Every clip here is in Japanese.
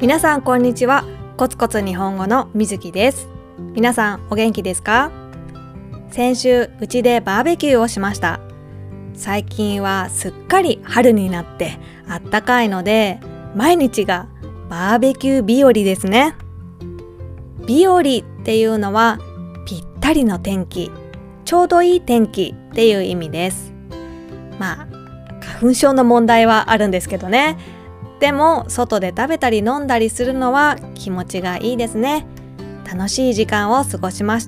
皆さんこんにちは。コツコツ日本語のみずきです。皆さんお元気ですか？先週うちでバーベキューをしました。最近はすっかり春になってあったかいので、毎日がバーベキュー日和ですね。日和っていうのはぴったりの天気、ちょうどいい天気っていう意味です。花粉症の問題はあるんですけどね。でも外で食べたり飲んだりするのは気持ちがいいですね。楽しい時間を過ごしました。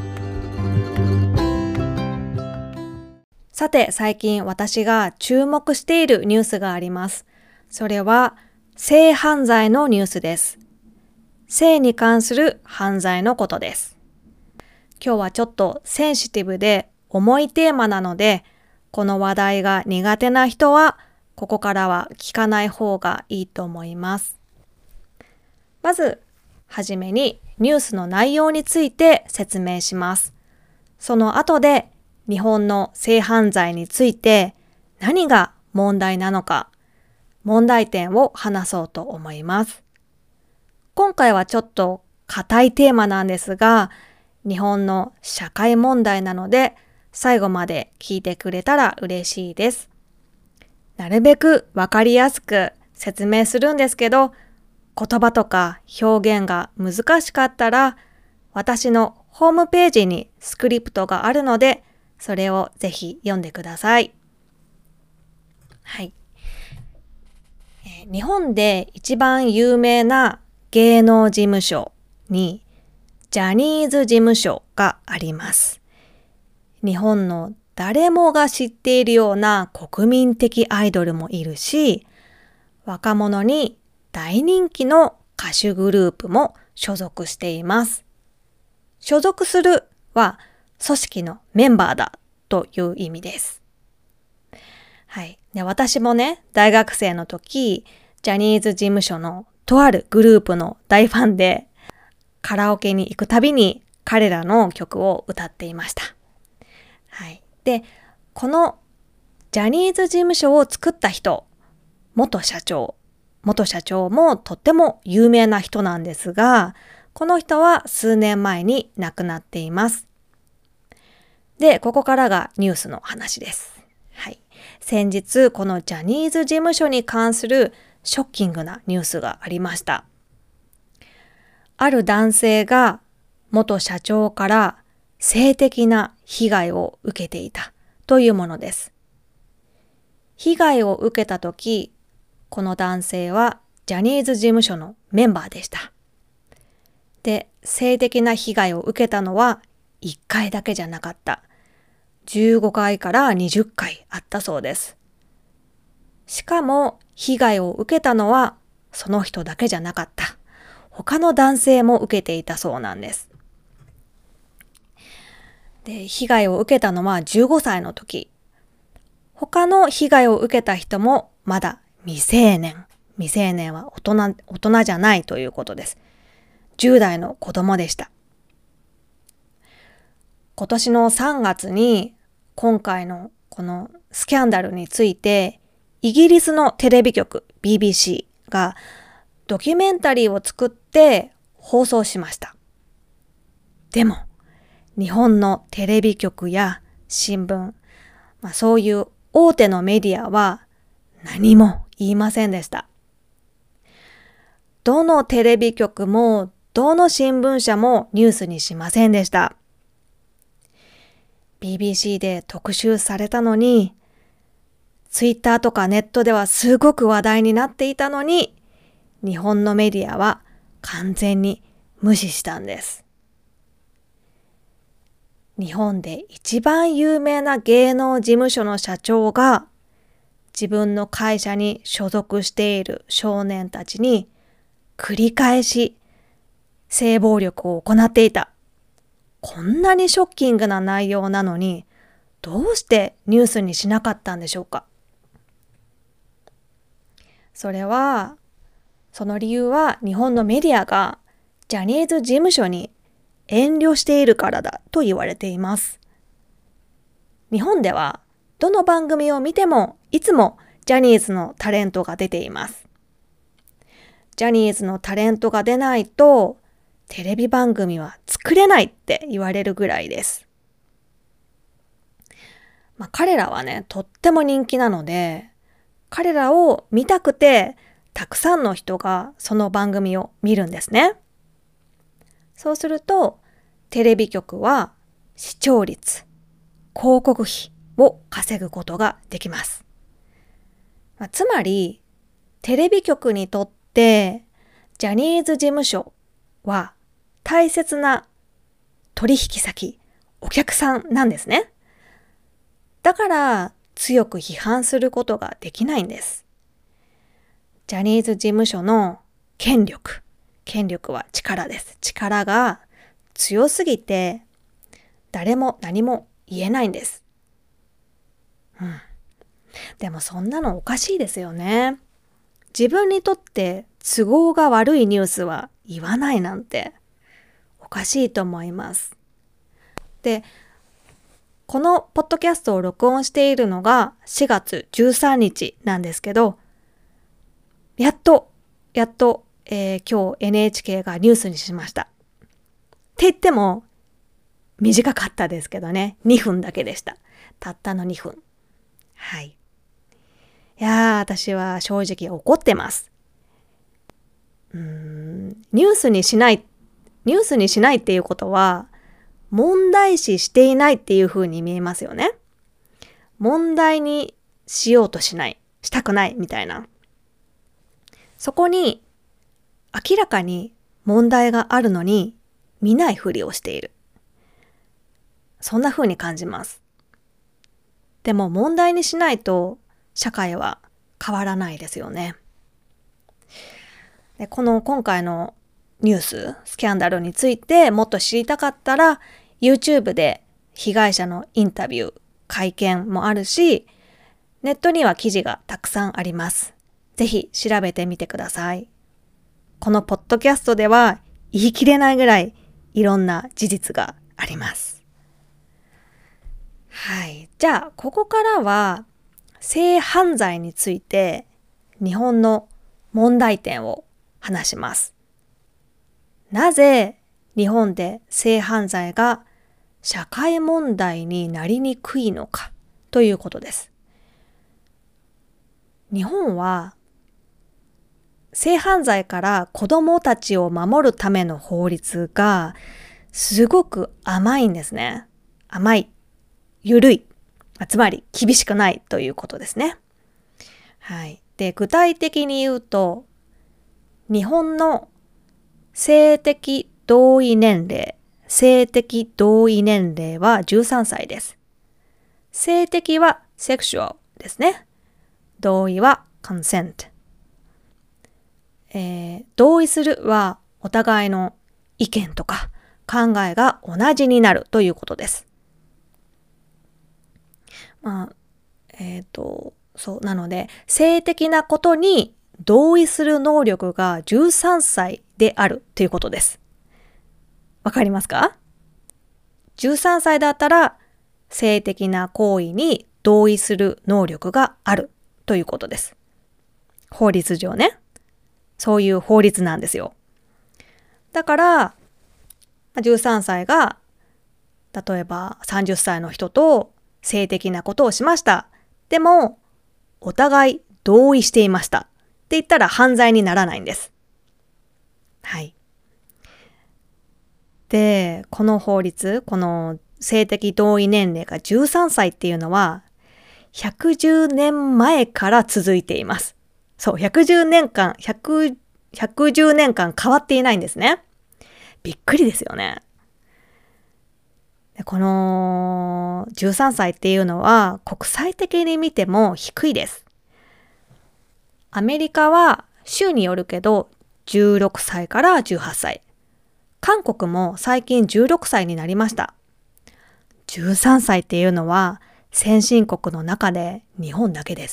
さて、最近私が注目しているニュースがあります。それは性犯罪のニュースです。性に関する犯罪のことです。今日はちょっとセンシティブで重いテーマなので、この話題が苦手な人はここからは聞かない方がいいと思います。まずはじめにニュースの内容について説明します。その後で日本の性犯罪について何が問題なのか、問題点を話そうと思います。今回はちょっと硬いテーマなんですが、日本の社会問題なので最後まで聞いてくれたら嬉しいです。なるべくわかりやすく説明するんですけど、言葉とか表現が難しかったら、私のホームページにスクリプトがあるので、それをぜひ読んでください。はい。日本で一番有名な芸能事務所にジャニーズ事務所があります。日本の誰もが知っているような国民的アイドルもいるし、若者に大人気の歌手グループも所属しています。所属するは組織のメンバーだという意味です。はい。で、私もね、大学生の時、ジャニーズ事務所のとあるグループの大ファンで、カラオケに行くたびに彼らの曲を歌っていました。はい。で、このジャニーズ事務所を作った人、元社長もとっても有名な人なんですが、この人は数年前に亡くなっています。で、ここからがニュースの話です。はい。先日、このジャニーズ事務所に関するショッキングなニュースがありました。ある男性が元社長から性的な被害を受けていたというものです。被害を受けたとき、この男性はジャニーズ事務所のメンバーでした。で、性的な被害を受けたのは1回だけじゃなかった。15回から20回あったそうです。しかも被害を受けたのはその人だけじゃなかった。他の男性も受けていたそうなんです。で、被害を受けたのは15歳の時。他の被害を受けた人もまだ未成年。未成年は大人じゃないということです。10代の子供でした。今年の3月に今回のこのスキャンダルについてイギリスのテレビ局 BBC がドキュメンタリーを作って放送しました。でも日本のテレビ局や新聞、そういう大手のメディアは何も言いませんでした。どのテレビ局もどの新聞社もニュースにしませんでした。BBC で特集されたのに、Twitter とかネットではすごく話題になっていたのに、日本のメディアは完全に無視したんです。日本で一番有名な芸能事務所の社長が自分の会社に所属している少年たちに繰り返し性暴力を行っていた。こんなにショッキングな内容なのにどうしてニュースにしなかったんでしょうか。その理由は日本のメディアがジャニーズ事務所に遠慮しているからだと言われています。日本ではどの番組を見てもいつもジャニーズのタレントが出ています。 ジャニーズのタレントが出ないとテレビ番組は作れないって言われるぐらいです。彼らはね、とっても人気なので、彼らを見たくてたくさんの人がその番組を見るんですね。そうするとテレビ局は視聴率、広告費を稼ぐことができます。つまりテレビ局にとってジャニーズ事務所は大切な取引先、お客さんなんですね。だから強く批判することができないんです。ジャニーズ事務所の権力は力です。力が強すぎて誰も何も言えないんです。でもそんなのおかしいですよね。自分にとって都合が悪いニュースは言わないなんておかしいと思います。で、このポッドキャストを録音しているのが4月13日なんですけど、やっと、今日 NHK がニュースにしました。って言っても短かったですけどね、2分だけでした。たったの2分。はい。いやー、私は正直怒ってます。ニュースにしないっていうことは、問題視していないっていう風に見えますよね。問題にしたくないみたいな。そこに明らかに問題があるのに見ないふりをしている。そんな風に感じます。でも問題にしないと社会は変わらないですよね。で、今回のニュース、スキャンダルについてもっと知りたかったら YouTube で被害者のインタビュー、会見もあるし、ネットには記事がたくさんあります。ぜひ調べてみてください。このポッドキャストでは言い切れないぐらいいろんな事実があります。はい。じゃあ、ここからは性犯罪について日本の問題点を話します。なぜ日本で性犯罪が社会問題になりにくいのかということです。日本は性犯罪から子どもたちを守るための法律がすごく甘いんですね。甘い、緩い、つまり厳しくないということですね。はい。で、具体的に言うと、日本の性的同意年齢は13歳です。性的は sexual ですね。同意は consent。同意するはお互いの意見とか考えが同じになるということです。そうなので性的なことに同意する能力が13歳であるということです。わかりますか？ 13 歳だったら性的な行為に同意する能力があるということです。法律上ね。そういう法律なんですよ。だから13歳が例えば30歳の人と性的なことをしました。でもお互い同意していましたって言ったら犯罪にならないんです。はい。で、この法律、この性的同意年齢が13歳っていうのは110年前から続いています。そう、110年間変わっていないんですね。びっくりですよね。でこの13歳っていうのは国際的に見ても低いです。アメリカは州によるけど16歳から18歳。韓国も最近16歳になりました。13歳っていうのは先進国の中で日本だけです。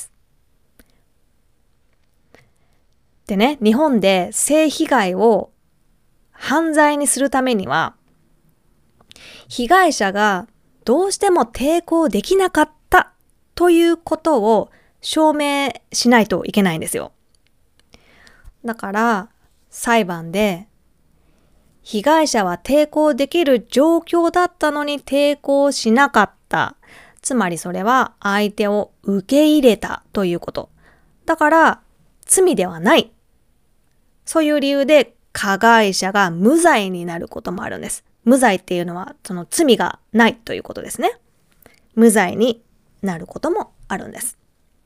でね、日本で性被害を犯罪にするためには、被害者がどうしても抵抗できなかったということを証明しないといけないんですよ。だから、 裁判で、被害者は抵抗できる状況だったのに抵抗しなかった。つまりそれは相手を受け入れたということ。だから罪ではない。そういう理由で加害者が無罪になることもあるんです。無罪っていうのはその罪がないということですね。無罪になることもあるんです。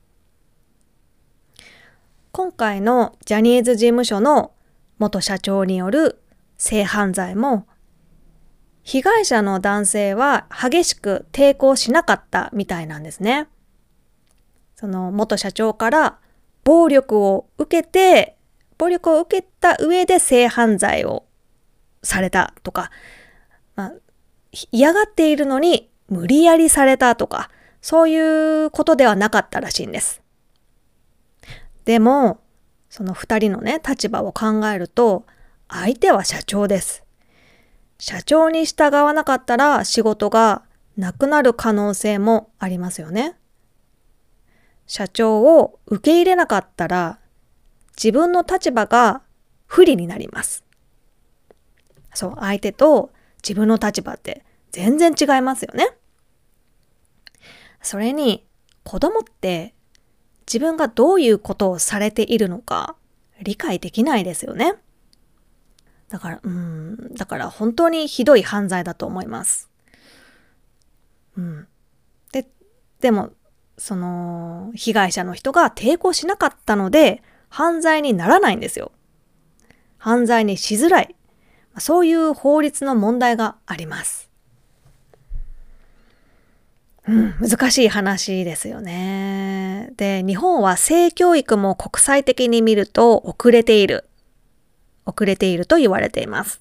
今回のジャニーズ事務所の元社長による性犯罪も、被害者の男性は激しく抵抗しなかったみたいなんですね。その元社長から暴力を受けた上で性犯罪をされたとか、嫌がっているのに無理やりされたとか、そういうことではなかったらしいんです。でも、その2人のね、立場を考えると、相手は社長です。社長に従わなかったら仕事がなくなる可能性もありますよね。社長を受け入れなかったら自分の立場が不利になります。そう、相手と自分の立場って全然違いますよね。それに子供って自分がどういうことをされているのか理解できないですよね。だから本当にひどい犯罪だと思います。でもその被害者の人が抵抗しなかったので犯罪にならないんですよ。犯罪にしづらい。そういう法律の問題があります。難しい話ですよね。で、日本は性教育も国際的に見ると遅れていると言われています。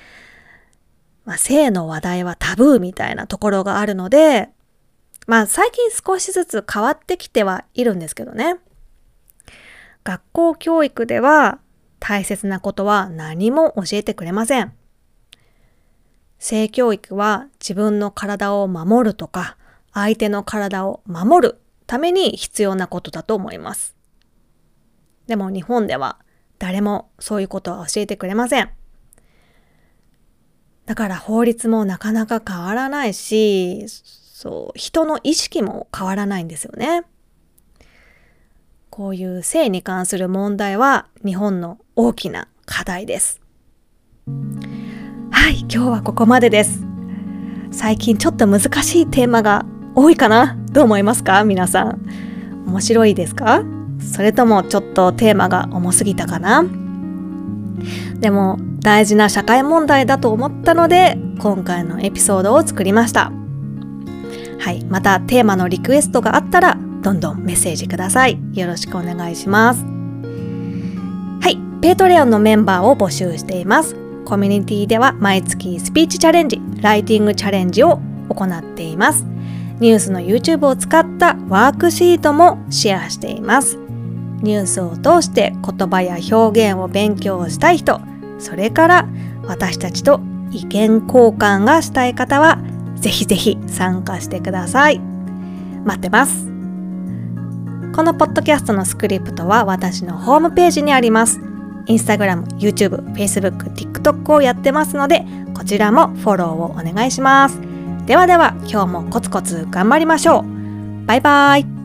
性の話題はタブーみたいなところがあるので、最近少しずつ変わってきてはいるんですけどね。学校教育では大切なことは何も教えてくれません。性教育は自分の体を守るとか、相手の体を守るために必要なことだと思います。でも日本では誰もそういうことは教えてくれません。だから法律もなかなか変わらないし、人の意識も変わらないんですよね。こういう性に関する問題は日本の大きな課題です。はい、今日はここまでです。最近ちょっと難しいテーマが多いかな？どう思いますか？皆さん。面白いですか？それともちょっとテーマが重すぎたかな？でも大事な社会問題だと思ったので今回のエピソードを作りました。はい、またテーマのリクエストがあったらどんどんメッセージください。よろしくお願いします。はい、Patreonのメンバーを募集しています。コミュニティでは毎月スピーチチャレンジ、ライティングチャレンジを行っています。ニュースの YouTube を使ったワークシートもシェアしています。ニュースを通して言葉や表現を勉強したい人、それから私たちと意見交換がしたい方はぜひぜひ参加してください。待ってます。このポッドキャストのスクリプトは私のホームページにあります。Instagram、YouTube、Facebook、TikTok をやってますので、こちらもフォローをお願いします。ではでは、今日もコツコツ頑張りましょう。バイバイ。